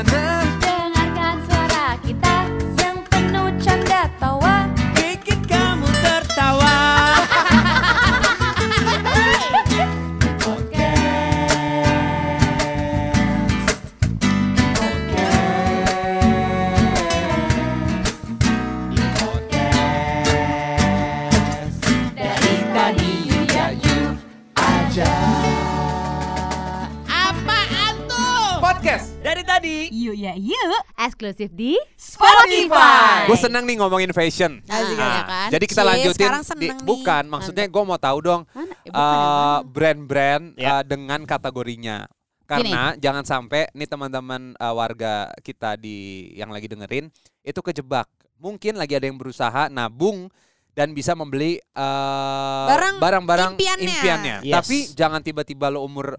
mana. Dengarkan suara kita yang penuh canda tawa, bikin kamu tertawa. dari tadi ya you aja. Apaan tuh? Podcast Dari tadi Yuk ya yuk, eksklusif di Spotify. gue seneng nih ngomongin fashion. Asik ya ya kan? Jadi kita Cie, lanjutin sekarang seneng nih. bukan maksudnya gue mau tahu dong Mana? Bukan yang mana? brand-brand Ya. dengan kategorinya. Karena jangan sampai nih teman-teman warga kita yang lagi dengerin itu kejebak. Mungkin lagi ada yang berusaha nabung dan bisa membeli barang-barang impiannya. Yes. Tapi jangan tiba-tiba lo umur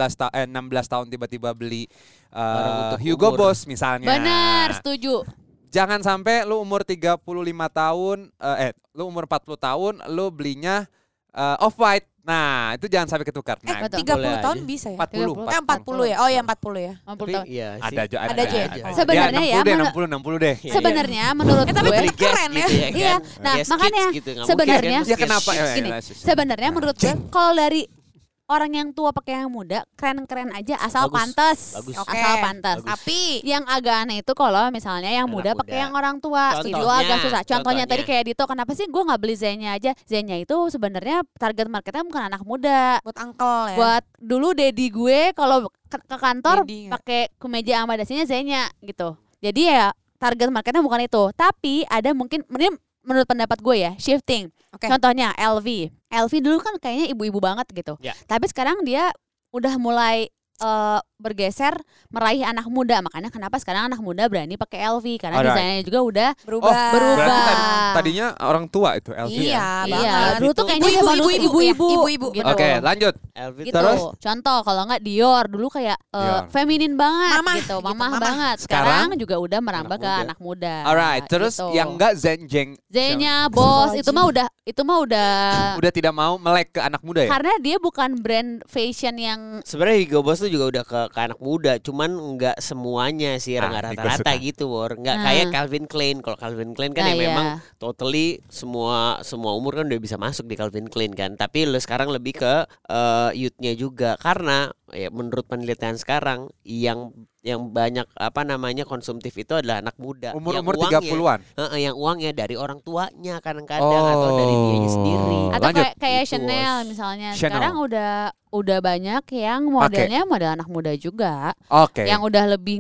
16 tahun tiba-tiba beli Barang untuk Hugo umur. Boss misalnya. Benar, setuju. Jangan sampai lu umur 35 tahun lu umur 40 tahun lu belinya Off-White. Nah, itu jangan sampai ketukar. Nah, betul. 30 Boleh tahun aja. bisa ya? 40. 40 ya? Oh ya 40 ya. 50 Tapi tahun. iya sih. Ada aja. Ada aja ya? Sebenarnya ya, 60 deh. Iya. Sebenarnya menurut tapi gue beli gas keren gitu ya. ya Iya. kan? Nah, Gas makanya kids gitu, nggak sebenarnya mungkin Ya kenapa? gini, sebenarnya menurut gue kalau dari orang yang tua pakai yang muda keren-keren aja asal Bagus. pantas. Bagus. Oke. Asal pantas. Bagus. Tapi Yang agak aneh itu kalau misalnya yang Anak muda muda. pakai yang orang tua. Itu Contohnya, agak susah. Contohnya tadi contohnya. kayak Dito, kenapa sih gue nggak beli Zenya aja? Zenya itu sebenarnya target marketnya bukan anak muda. buat uncle ya. Buat dulu daddy gue kalau ke kantor Daddy nggak? pakai kemeja sama dasinya Zenya gitu. Jadi ya target marketnya bukan itu. Tapi ada mungkin menurut pendapat gue ya shifting. Oke. Contohnya LV. LV dulu kan kayaknya ibu-ibu banget gitu. Ya. Tapi sekarang dia udah mulai bergeser meraih anak muda. Makanya kenapa sekarang anak muda berani pakai LV karena Alright. desainnya juga udah berubah. berubah. Berarti tadinya orang tua itu LV. Iya, Iya, banget. dulu tuh kayaknya zaman dulu ibu-ibu. Ibu-ibu. Gitu. Oke, lanjut. LV Gitu. Terus? Contoh kalau nggak Dior dulu kayak Dior. feminin banget Mamah, gitu, gitu, mamah mamah. banget. Sekarang Sekarang juga udah merambah ke muda. anak muda. Alright, terus gitu. yang enggak Zenjeng Zenya, Boss itu mah udah udah tidak mau melek ke anak muda ya? karena dia bukan brand fashion yang Sebenarnya Hugo Boss tuh juga udah ke anak muda, cuman nggak semuanya sih, Ah, nggak ini gua rata-rata suka. gitu, Wor. Nggak Nah. kayak Calvin Klein. Kalau Calvin Klein kan Nah, yang iya. memang totally semua umur kan udah bisa masuk di Calvin Klein kan. Tapi lo sekarang lebih ke youth-nya juga, karena ya menurut penelitian sekarang yang banyak konsumtif itu adalah anak muda. Umur-umur Yang 30-an. yang uangnya dari orang tuanya kadang-kadang atau dari dianya sendiri. atau lanjut. kayak Gitu, Chanel Bos. misalnya. Chanel. Sekarang udah banyak yang modelnya model anak muda juga. Oke. Yang udah lebih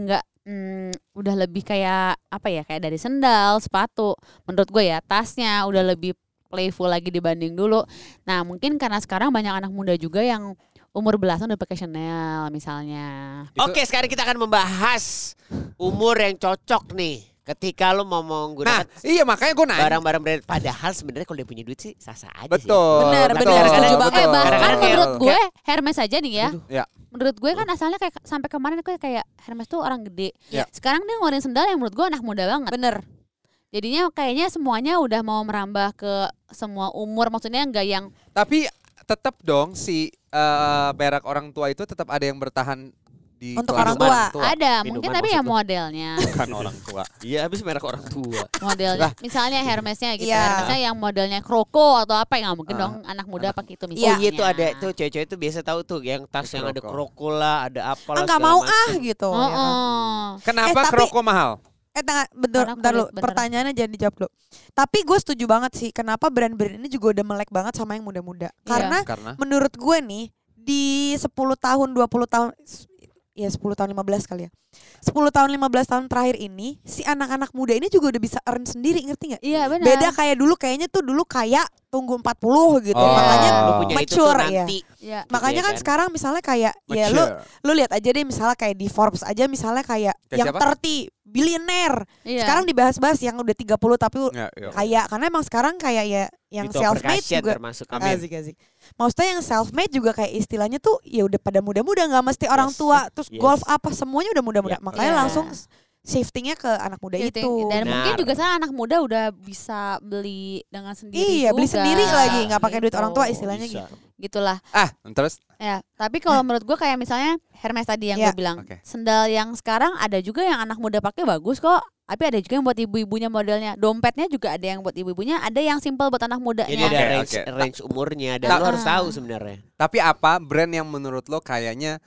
udah lebih kayak apa ya, kayak dari sendal, sepatu. Menurut gue ya tasnya udah lebih playful lagi dibanding dulu. Nah mungkin karena sekarang banyak anak muda juga yang umur belasan udah pakai Chanel misalnya. Oke, sekarang kita akan membahas umur yang cocok nih ketika lo mau Nah, menggunakan iya makanya gue nanya. barang-barang brand. Padahal sebenarnya kalau dia punya duit sih sah-sah aja sih. Betul. Bener, betul, bener, setuju betul. banget. Bahkan Kadang-kadang menurut kayak- gue Hermes aja nih ya. Ya. Menurut gue kan asalnya kayak sampai kemarin gue kayak Hermes tuh orang gede. Ya. Sekarang dia ngeluarin sendal yang menurut gue anak muda banget. Bener. Jadinya kayaknya semuanya udah mau merambah ke semua umur. Maksudnya enggak yang Tapi tetap dong si berak orang tua itu tetap ada yang bertahan di Untuk kelas orang tua. ada, Minuman mungkin tapi maksud ya lu? modelnya. Bukan orang tua. Iya, habis merek orang tua. Modelnya misalnya Hermesnya gitu. Iya. Hermesnya yang modelnya kroko atau apa, ya nggak mungkin Ah. dong anak muda pakai itu Oh misalnya. iya tuh ada tuh cewek-cewek tuh biasa tahu tuh yang tas yang ada Kroko. kroko lah, ada apalah. Enggak segala mau macam. gitu. Oh, ya kan? oh. Kenapa tapi- kroko mahal? Bentar Karena lu. kulit, bener. Pertanyaannya jangan dijawab lu. Tapi gue setuju banget sih. Kenapa brand-brand ini juga udah melek banget sama yang muda-muda. Iya. Karena Karena menurut gue nih di 10 tahun 20 tahun ya 10 tahun 15 kali ya. 10 tahun 15 tahun terakhir ini si anak-anak muda ini juga udah bisa earn sendiri, ngerti gak? Iya benar. Beda kayak dulu, kayaknya tuh dulu kayak tunggu 40 gitu. Oh. Makanya Lu punya itu tuh mature ya. nanti. Iya. Makanya Iya kan kan? sekarang misalnya kayak ya mature. lu lihat aja deh misalnya kayak di Forbes aja misalnya kayak Kayak yang siapa? 30 billionaire. Iya. Sekarang dibahas-bahas yang udah 30 tapi Ya, ya. kaya, karena emang sekarang kayak ya yang Itu self made Kardashian juga. termasuk. Amin. Asik. Maksudnya yang self made juga kayak istilahnya tuh ya udah pada muda-muda, nggak mesti orang Yes. tua terus Yes. golf apa semuanya udah muda-muda. Ya. Makanya Iya. langsung shiftingnya ke anak muda Gitu. itu. Dan mungkin Benar. juga sana anak muda udah bisa beli dengan sendiri Iya, beli juga. sendiri lagi, nggak pakai duit Gitu. orang tua istilahnya Bisa. gitu. Gitulah. Terus Ya, tapi kalau menurut gue kayak misalnya Hermes tadi yang Iya. gue bilang, Oke. sendal yang sekarang ada juga yang anak muda pakai bagus kok. Tapi ada juga yang buat ibu-ibunya modelnya. Dompetnya juga ada yang buat ibu-ibunya, ada yang simple buat anak mudanya. Jadi ada Oke, range, oke. range umurnya dan lo harus tahu sebenarnya. tapi apa brand yang menurut lo kayaknya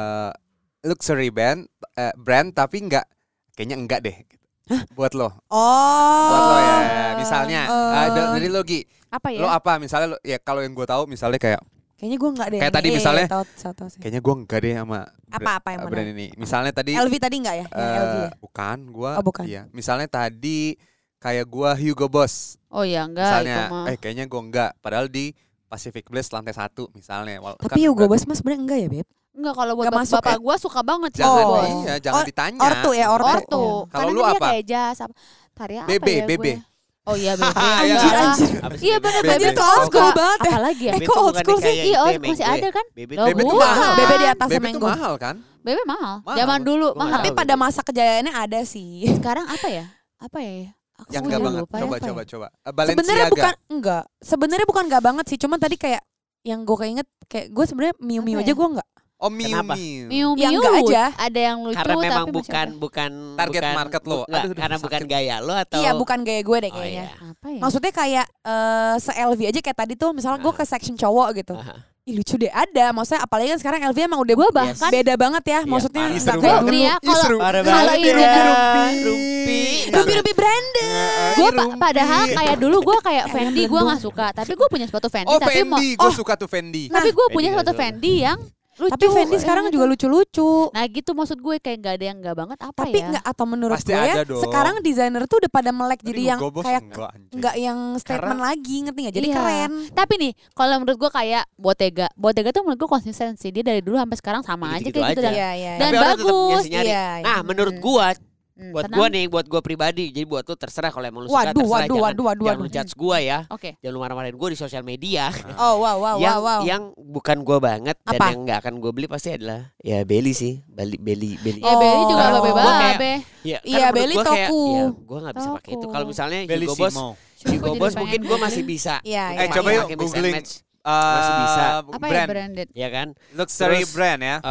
luxury brand tapi kayaknya enggak deh gitu. Buat lo. Oh. Buat lo ya. Misalnya dari lo Gi, Apa ya? lo apa misalnya lo ya kalau yang gue tahu misalnya kayak Kayaknya gue nggak deh. Kayak tadi misalnya, tahu sih. kayaknya gue enggak deh sama Apa yang brand mana? ini. Misalnya tadi LV tadi nggak ya? Yang LV ya? bukan gua. Oh, bukan. Iya. Misalnya tadi kayak gua Hugo Boss. Oh ya enggak Misalnya itu mah. kayaknya gua enggak. Padahal di Pacific Place lantai 1 misalnya. Tapi Hugo Boss mas sebenarnya enggak ya beb? Enggak, kalau buat Nggak masuk bapak ya? gua suka banget sih Jangan Hugo Boss. iya, jangan ditanya. Ortu ya, ortu. Ortu. Kalau Karena lu dia apa? kayak jas apa? Taria apa BB, ya BB. gue? Oh iya BB. Iya. Enggak lah. Apa sih Iya BB? benar BB BB itu tuh old school banget ya. Apalagi ya? BB kok tuh old bukannya school sih? kayak Iya, itu ya, masih Mango ada ya? kan? BB Loh, BB tuh bukan. mahal. BB di atas BB Mango. tuh mahal kan? BB mahal. Mahal. Zaman dulu Gua nggak mahal. Tapi tahu pada gitu. masa kejayaannya ada sih. Sekarang apa ya? Apa ya? Aku Yang juga enggak banget. lupa ya. Coba apa coba ya? coba. Sebenarnya Balenciaga. bukan enggak. Sebenarnya bukan enggak banget sih, cuman tadi kayak yang gue keinget kayak gue sebenarnya Miu Miu Apa aja ya? gue enggak. Oh Miu Kenapa? Miu. Miu Yang Miu enggak aja. ada yang lucu Karena memang tapi bukan Target market lo. Enggak, Aduh, karena sakit. bukan gaya lo atau Iya, bukan gaya gue deh Oh, kayaknya. iya. apa ya? Maksudnya kayak se-LV aja kayak tadi tuh misalnya gue ke section cowok gitu. Aha. Ih lucu deh ada. Maksudnya apalagi kan sekarang LV emang udah Gua bahkan bahkan- beda banget ya. Iya, Maksudnya parah. Ih, nggak seru kayak banget. dulu. Nih ya, Ih, kalau seru. Parah kalau banget ini ya. rumpi. Rumpi. Rupi branded. Gue Rumpi. padahal kayak dulu gue kayak Fendi gue nggak suka, tapi gue punya sepatu Fendi. Oh tapi Fendi, gue suka tuh Fendi. tapi gue punya Fendi sepatu nggak suka. Fendi yang lucu. Tapi Fendi sekarang juga lucu-lucu. Nah gitu maksud gue kayak nggak ada yang nggak banget apa Tapi ya? enggak atau menurut Pasti gue ya ada dong. sekarang desainer tuh udah pada melek Tapi jadi yang Hugo Boss kayak anjing. enggak yang statement lagi ngerti nggak? Jadi Iya. keren. Tapi nih kalau menurut gue kayak Bottega tuh menurut gue konsisten dia dari dulu sampai sekarang sama aja Gitu-gitu kayak gitu aja. dan, iya. dan Tapi orang tetap bagus. nyari-nyari. Iya, iya. Nah, menurut gua buat tenang. gua nih, buat gua pribadi. Jadi buat lu terserah kalau emang lu suka Waduh, terserah. waduh. Jangan lu judge gua ya. Oke. Jangan lu marah-marahin gua di sosial media. Oh wow. Yang bukan gua banget dan Apa? yang nggak akan gua beli pasti adalah ya Belly sih. Belly. Ya Belly juga Oh. babe Gua kayak- babe. Ya, Iya, menurut Belly gua kayak, toku. ya, gua nggak bisa pakai itu. Toku. Kalau misalnya Belly Hugo Boss, Simo. Hugo Jadi Boss pengen mungkin gua beli. masih bisa. Iya, Eh iya. coba yuk Pakai mix and googling match. Masih bisa. Apa ya brand. branded? Ya kan? Luxury Terus, brand ya.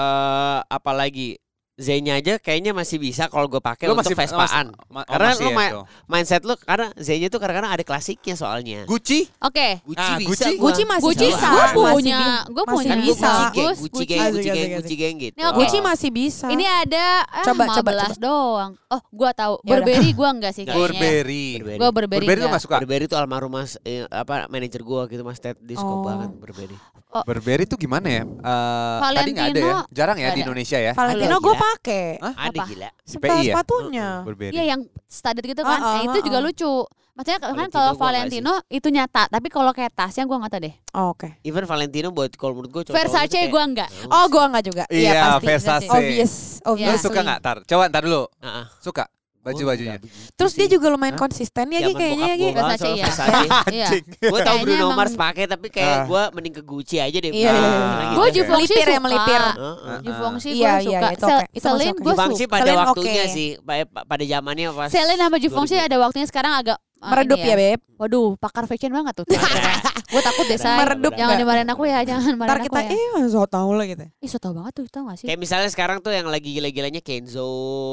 Apalagi Z-nya aja kayaknya masih bisa kalau gue pakai Lu untuk masih- Vespaan. oh, Karena masih lu ya itu. mindset lu karena Z-nya tuh kadang-kadang ada klasiknya soalnya. Gucci? Oke. Gucci Ah, bisa. Gucci. gua. Gucci masih Gucci bisa. gue Masih punya, gue masih punya Kan bisa. gua bagus. Gucci gang gitu. Ini oke. Gucci masih bisa. Ini ada Coba, 15 doang. Oh, gua tahu. Ya udah. Burberry gua enggak sih kayaknya. Burberry. Gua Burberry. Burberry lu enggak. gak suka? Burberry tuh almarhum Mas manajer gua gitu Mas Ted di Oh. banget Burberry. Burberry tuh gimana ya? Tadi nggak ada ya? Valentino Jarang ya nggak di ada. Indonesia ya? Valentino Halo, gue gila. pakai. Hah? Ada Apa? gila. PI ya? Sepatunya. Burberry. Iya yang studded gitu kan. Ah, Itu juga ah. lucu. Maksudnya kan Valentino kalau gua nggak Valentino itu nyata, tapi kalau kayak tasnya gua enggak tahu deh. Oh, oke. Even Valentino buat kalau menurut gua Versace gua enggak. Oh gue enggak juga. Iya, pasti. Versace. Obvious. Lu Iya. suka nggak? Tar, coba ntar dulu. Heeh. Suka baju-bajunya? Terus dia juga lumayan Hah? konsisten ya Gi, kayaknya ya Gi. Versace, iya. Iya. Gue tau Kayaknya Bruno emang- Mars pakai tapi kayak Ah. gue mending ke Gucci aja deh. Iya, iya, iya. Lagi Gua gitu. Givenchy Melipir ya, suka. melipir. Heeh. Givenchy Iya, gua iya, suka. itu oke. Itu masih Celine oke. gua Givenchy suka. pada Celine waktunya oke. sih, pada zamannya pas. Celine sama Givenchy 2000. ada waktunya sekarang agak Meredup ini ya Beb. Waduh, pakar fashion banget tuh. Gue takut deh, Say. Meredup Jangan nggak? dimarahin aku ya, jangan Ntar marahin aku kita ya. so tau lah gitu. Ih, so tau banget tuh, tau gak sih? Kayak misalnya sekarang tuh yang lagi gila-gilanya Kenzo.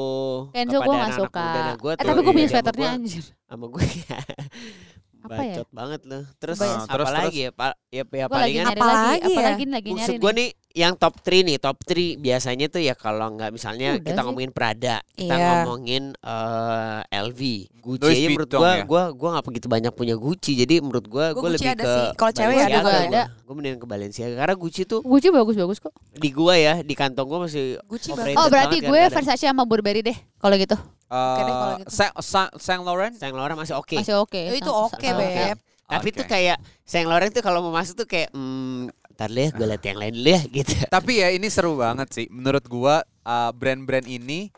Kenzo kepada gue gak anak-anak suka. muda. Nah, gua tuh Tapi gue punya iya, sama sweaternya gua- anjir. Sama gue Apa ya? bacot banget loh. Terus Kebayang. apa Terus, lagi ya? Ya Gue lagi palingan nyari apa lagi, lagi ya? apalagi lagi nyari maksud nih. gue nih yang top 3 nih. Top 3 biasanya tuh ya kalau nggak misalnya Udah kita sih. ngomongin Prada, kita Iya. ngomongin LV, Gucci Louis aja menurut Vuitton ya? gua nggak begitu banyak punya Gucci. Jadi menurut Gua gue Gucci lebih ada ke sih. Kalau cewek ada juga ada. Gue mending ke Balenciaga karena Gucci tuh Gucci bagus-bagus kok. di gua ya, di kantong gua masih Gucci overrated Oh berarti banget gue kadang-kadang. Versace sama Burberry deh kalau gitu. Oke deh kalau gitu. Saint Laurent? Saint Laurent masih oke. Masih oke. Itu oke Beb. Tapi Oke. tuh kayak Saint Laurent tuh kalau mau masuk tuh kayak ntar deh gue liat yang lain dulu ya gitu. Tapi ya ini seru banget sih. Menurut gua brand-brand ini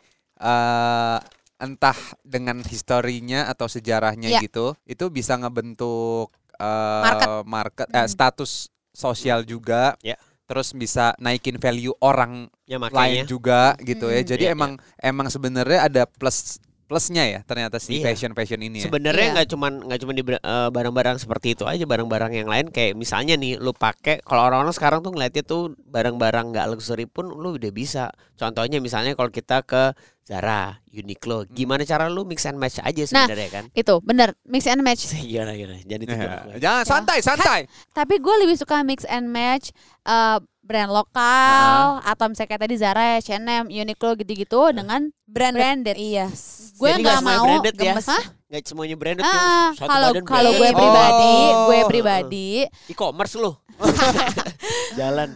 entah dengan historinya atau sejarahnya Iya. gitu, itu bisa ngebentuk Market. status sosial juga. Ya. terus bisa naikin value orang Ya lain makanya. juga gitu ya. Jadi Iya, emang sebenarnya ada plusnya ya ternyata si Iya. fashion ini ya. Sebenarnya Iya. nggak cuman di barang-barang seperti itu aja, barang-barang yang lain kayak misalnya nih lu pakai, kalau orang-orang sekarang tuh ngeliatnya tuh barang-barang nggak luxury pun lu udah bisa. Contohnya misalnya kalau kita ke Zara, Uniqlo, gimana cara lu mix and match aja sebenarnya kan? Itu bener, mix and match. Gimana jadi itu. Jangan santai. Tapi gue lebih suka mix and match brand lokal atau misalnya kayak tadi Zara, H&M, Uniqlo gitu-gitu dengan branded. Iya. Gue Jadi nggak semuanya mau branded ya? gemes. Hah? Nggak semuanya branded Kalau gue Oh. pribadi e-commerce lu. Jalan.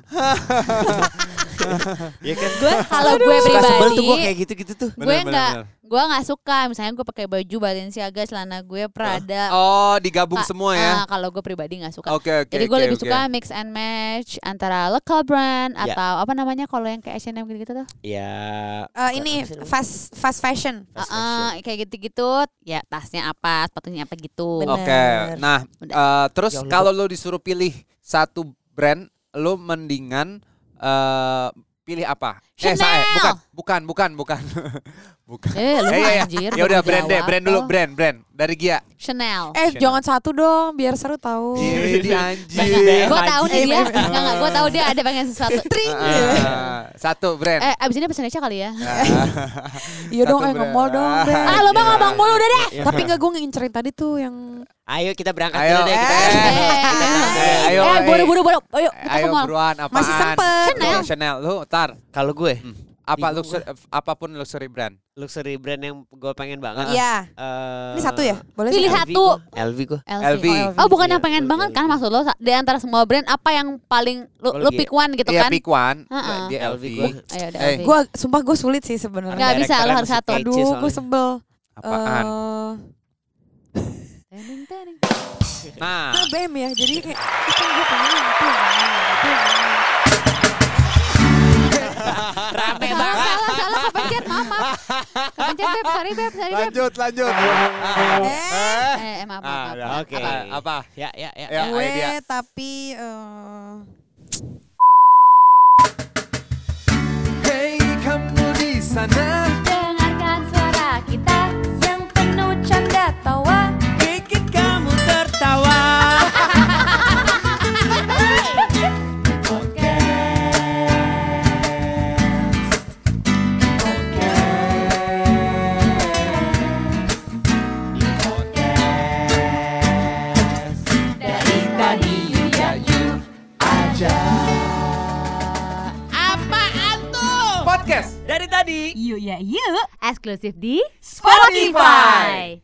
Ya kan? kalau gue Suka sebel pribadi tuh gue kayak gitu-gitu tuh. gue nggak suka misalnya gue pakai baju Balenciaga, celana gue Prada. Oh, digabung semua ya. Kalau gue pribadi nggak suka. Oke. Jadi gue lebih suka mix and match antara local brand Ya. atau apa namanya kalau yang kayak H&M gitu tuh. Ya. Ini apa sih namanya? fast fashion. Fast fashion. Kayak gitu-gitu. Ya tasnya apa, sepatunya apa gitu. Bener. Oke. Nah, terus Ya Allah. kalau lo disuruh pilih satu brand, lo mendingan pilih apa? Chanel. Bukan. Bukan. Lu Iya. anjir. Ya udah baru jawab brand dulu, tuh. brand dari Gia. Chanel. Chanel. Jangan satu dong, biar seru tahu. Di anjir. Gue tahu nih dia. Enggak, gue tahu dia ada pengen sesuatu. Satu brand. Abis ini pesan Eca kali ya. Iya dong, Satu brand. nge-mall dong. Brand. Lo mah ngomong mulu udah deh. Tapi enggak, gue ngincerin tadi tuh yang Ayo kita berangkat Ayo. dulu deh. Ayo. Buru. Ayo, kita Ayo ke mall. buruan apaan? Masih sempet. Chanel. Lu tar Kalau gue apa Bingung apapun luxury brand. luxury brand yang gue pengen banget. Iya. Ini satu ya? Boleh Pilih sih? satu. LV gue. LV. Oh, bukan yang Iya, pengen LV. banget kan maksud lo di antara semua brand apa yang paling lu pick one gitu Iya, kan? pick one. Heeh. Dia LV LV. gua. Ayo udah Eh. LV. Sumpah gue sulit sih sebenarnya. Nggak bisa, lo harus satu. Directornya masih Aduh, kece gue soalnya. sebel. Apaan? Teneng. Nah, BM ya, jadi kayak itu gue pengen itu yang mana, itu yang mana. Rame Salah kepencet, maaf. Kepencet Beb, sorry Beb. lanjut. Maaf. Oke. Apa? Ya. Ya, Gue ayo dia. tapi Hey, kamu di sana. Dengarkan suara kita yang penuh canda tawa. Bikin kamu tertawa. Podcast. Dari tadi. Yuk ya yuk. Eksklusif di Spotify.